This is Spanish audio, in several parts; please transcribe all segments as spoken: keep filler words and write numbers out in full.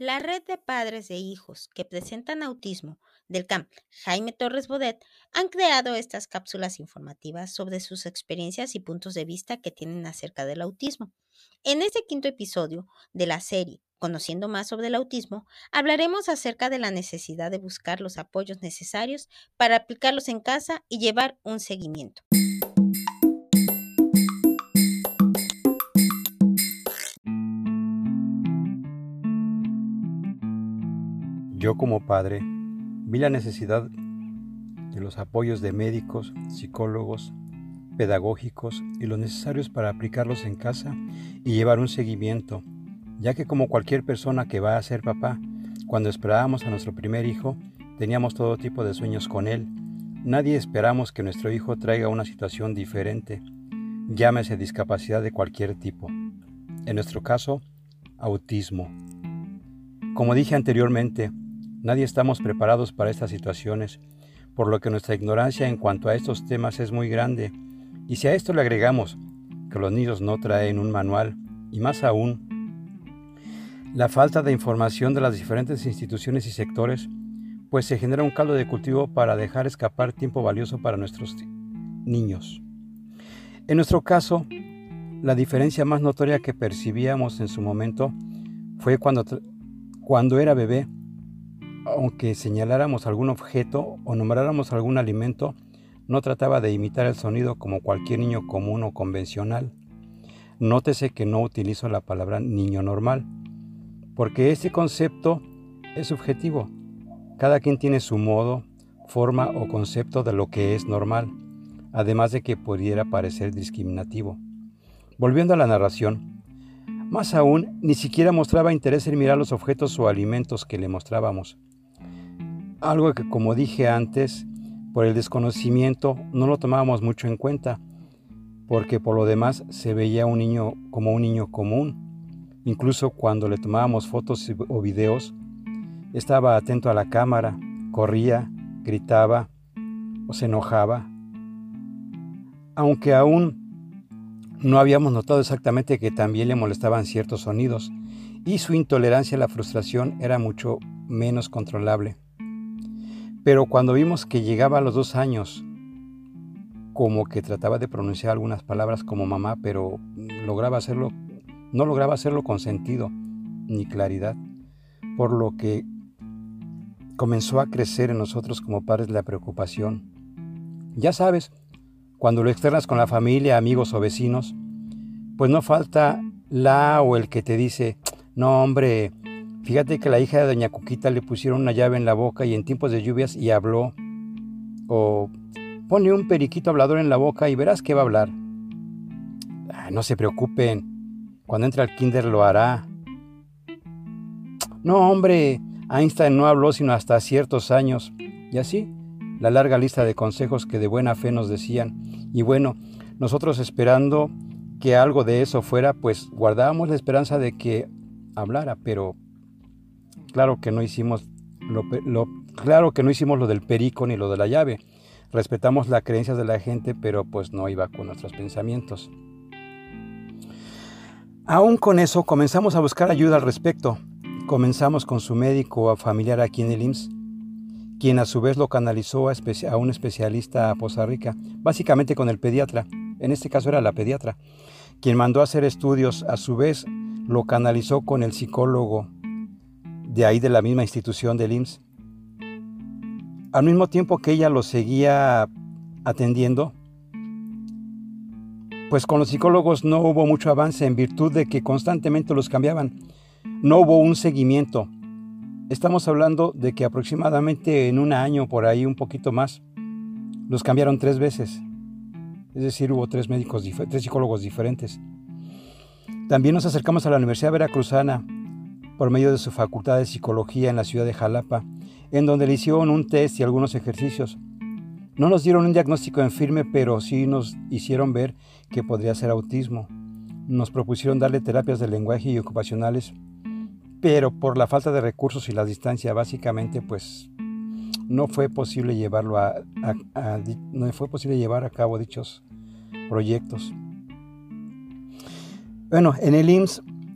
La red de padres de hijos que presentan autismo del C A M Jaime Torres Bodet han creado estas cápsulas informativas sobre sus experiencias y puntos de vista que tienen acerca del autismo. En este quinto episodio de la serie Conociendo más sobre el autismo, hablaremos acerca de la necesidad de buscar los apoyos necesarios para aplicarlos en casa y llevar un seguimiento. Yo como padre vi la necesidad de los apoyos de médicos, psicólogos, pedagógicos y los necesarios para aplicarlos en casa y llevar un seguimiento, ya que como cualquier persona que va a ser papá, cuando esperábamos a nuestro primer hijo, teníamos todo tipo de sueños con él. Nadie esperamos que nuestro hijo traiga una situación diferente, llámese discapacidad de cualquier tipo. En nuestro caso, autismo. Como dije anteriormente, nadie estamos preparados para estas situaciones, por lo que nuestra ignorancia en cuanto a estos temas es muy grande. Y si a esto le agregamos que los niños no traen un manual, y más aún, la falta de información de las diferentes instituciones y sectores, pues se genera un caldo de cultivo para dejar escapar tiempo valioso para nuestros niños. En nuestro caso, la diferencia más notoria que percibíamos en su momento fue cuando, cuando era bebé. Aunque señaláramos algún objeto o nombráramos algún alimento, no trataba de imitar el sonido como cualquier niño común o convencional. Nótese que no utilizo la palabra niño normal, porque este concepto es subjetivo. Cada quien tiene su modo, forma o concepto de lo que es normal, además de que pudiera parecer discriminativo. Volviendo a la narración, más aún, ni siquiera mostraba interés en mirar los objetos o alimentos que le mostrábamos. Algo que, como dije antes, por el desconocimiento no lo tomábamos mucho en cuenta, porque por lo demás se veía un niño como un niño común. Incluso cuando le tomábamos fotos o videos, estaba atento a la cámara, corría, gritaba o se enojaba. Aunque aún no habíamos notado exactamente que también le molestaban ciertos sonidos y su intolerancia a la frustración era mucho menos controlable. Pero cuando vimos que llegaba a los dos años, como que trataba de pronunciar algunas palabras como mamá, pero lograba hacerlo, no lograba hacerlo con sentido ni claridad, por lo que comenzó a crecer en nosotros como padres la preocupación. Ya sabes, cuando lo externas con la familia, amigos o vecinos, pues no falta la o el que te dice, no hombre, fíjate que la hija de doña Cuquita le pusieron una llave en la boca y en tiempos de lluvias y habló. O pone un periquito hablador en la boca y verás que va a hablar. Ah, no se preocupen, cuando entre al kinder lo hará. No hombre, Einstein no habló sino hasta ciertos años. Y así, la larga lista de consejos que de buena fe nos decían. Y bueno, nosotros esperando que algo de eso fuera, pues guardábamos la esperanza de que hablara, pero claro que no hicimos lo, lo, claro que no hicimos lo del perico ni lo de la llave. Respetamos las creencias de la gente, pero pues no iba con nuestros pensamientos. Aún con eso, comenzamos a buscar ayuda al respecto. Comenzamos con su médico familiar aquí en el I M S S, quien a su vez lo canalizó a, espe- a un especialista a Poza Rica, básicamente con el pediatra. En este caso era la pediatra, quien mandó a hacer estudios. A su vez lo canalizó con el psicólogo de ahí de la misma institución del I M S S. Al mismo tiempo que ella lo seguía atendiendo, pues con los psicólogos no hubo mucho avance en virtud de que constantemente los cambiaban. No hubo un seguimiento. Estamos hablando de que aproximadamente en un año, por ahí un poquito más, los cambiaron tres veces. Es decir, hubo tres médicos, tres psicólogos diferentes. También nos acercamos a la Universidad Veracruzana por medio de su Facultad de Psicología en la ciudad de Jalapa, en donde le hicieron un test y algunos ejercicios. No nos dieron un diagnóstico en firme, pero sí nos hicieron ver que podría ser autismo. Nos propusieron darle terapias de lenguaje y ocupacionales, pero por la falta de recursos y la distancia, básicamente, pues no fue posible llevarlo a, a, a, no fue posible llevar a cabo dichos proyectos. Bueno, en el I M S S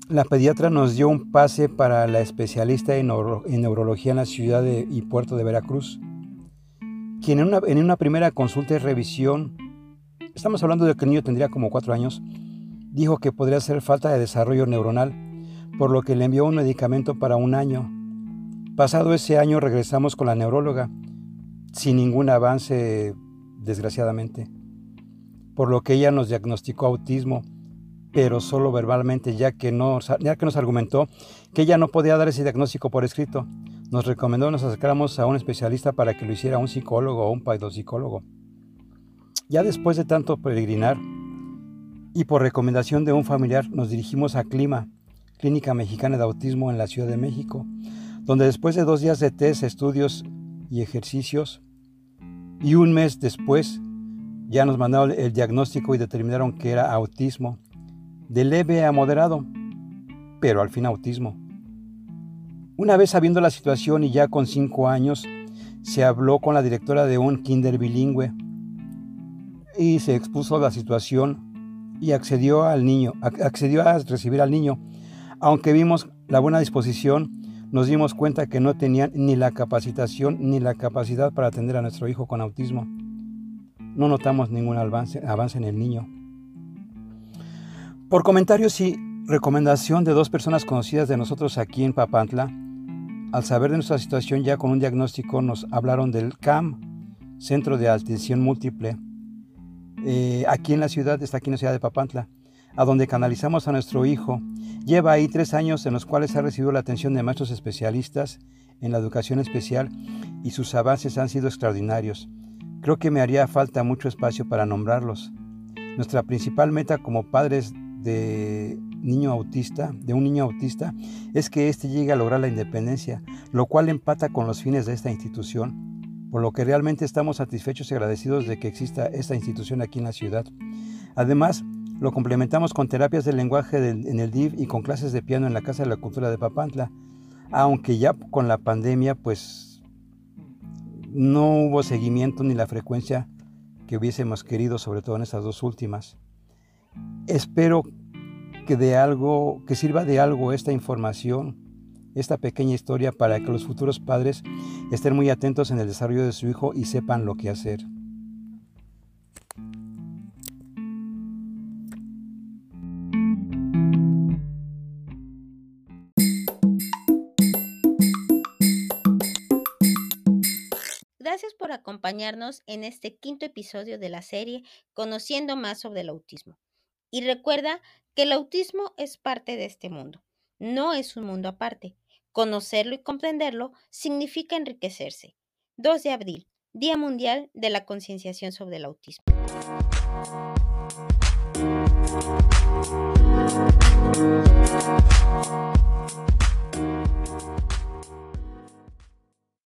la pediatra nos dio un pase para la especialista en, neuro, en neurología en la ciudad de, y puerto de Veracruz, quien en una, en una primera consulta y revisión, estamos hablando de que el niño tendría como cuatro años, dijo que podría ser falta de desarrollo neuronal, por lo que le envió un medicamento para un año. Pasado ese año regresamos con la neuróloga, sin ningún avance, desgraciadamente, por lo que ella nos diagnosticó autismo, pero solo verbalmente, ya que, no, ya que nos argumentó que ella no podía dar ese diagnóstico por escrito. Nos recomendó que nos acercáramos a un especialista para que lo hiciera un psicólogo o un pedopsicólogo. Ya después de tanto peregrinar y por recomendación de un familiar, nos dirigimos a Clima, Clínica Mexicana de Autismo en la Ciudad de México, donde después de dos días de test, estudios y ejercicios, y un mes después, ya nos mandaron el diagnóstico y determinaron que era autismo, de leve a moderado, pero al fin autismo. Una vez sabiendo la situación y ya con cinco años, se habló con la directora de un kinder bilingüe y se expuso la situación y accedió al niño, accedió a recibir al niño. Aunque vimos la buena disposición, nos dimos cuenta que no tenían ni la capacitación ni la capacidad para atender a nuestro hijo con autismo. No notamos ningún avance, avance en el niño. Por comentarios y recomendación de dos personas conocidas de nosotros aquí en Papantla, al saber de nuestra situación ya con un diagnóstico, nos hablaron del C A M, Centro de Atención Múltiple, eh, aquí en la ciudad, está aquí en la ciudad de Papantla, a donde canalizamos a nuestro hijo. Lleva ahí tres años en los cuales ha recibido la atención de maestros especialistas en la educación especial y sus avances han sido extraordinarios. Creo que me haría falta mucho espacio para nombrarlos. Nuestra principal meta como padres de niño autista, de un niño autista, es que éste llegue a lograr la independencia, lo cual empata con los fines de esta institución, por lo que realmente estamos satisfechos y agradecidos de que exista esta institución aquí en la ciudad. Además, lo complementamos con terapias de lenguaje del, en el D I F y con clases de piano en la Casa de la Cultura de Papantla, aunque ya con la pandemia pues no hubo seguimiento ni la frecuencia que hubiésemos querido, sobre todo en estas dos últimas. Espero que de algo, que sirva de algo esta información, esta pequeña historia, para que los futuros padres estén muy atentos en el desarrollo de su hijo y sepan lo que hacer. Gracias por acompañarnos en este quinto episodio de la serie Conociendo más sobre el autismo. Y recuerda que el autismo es parte de este mundo, no es un mundo aparte. Conocerlo y comprenderlo significa enriquecerse. dos de abril, Día Mundial de la Concienciación sobre el Autismo.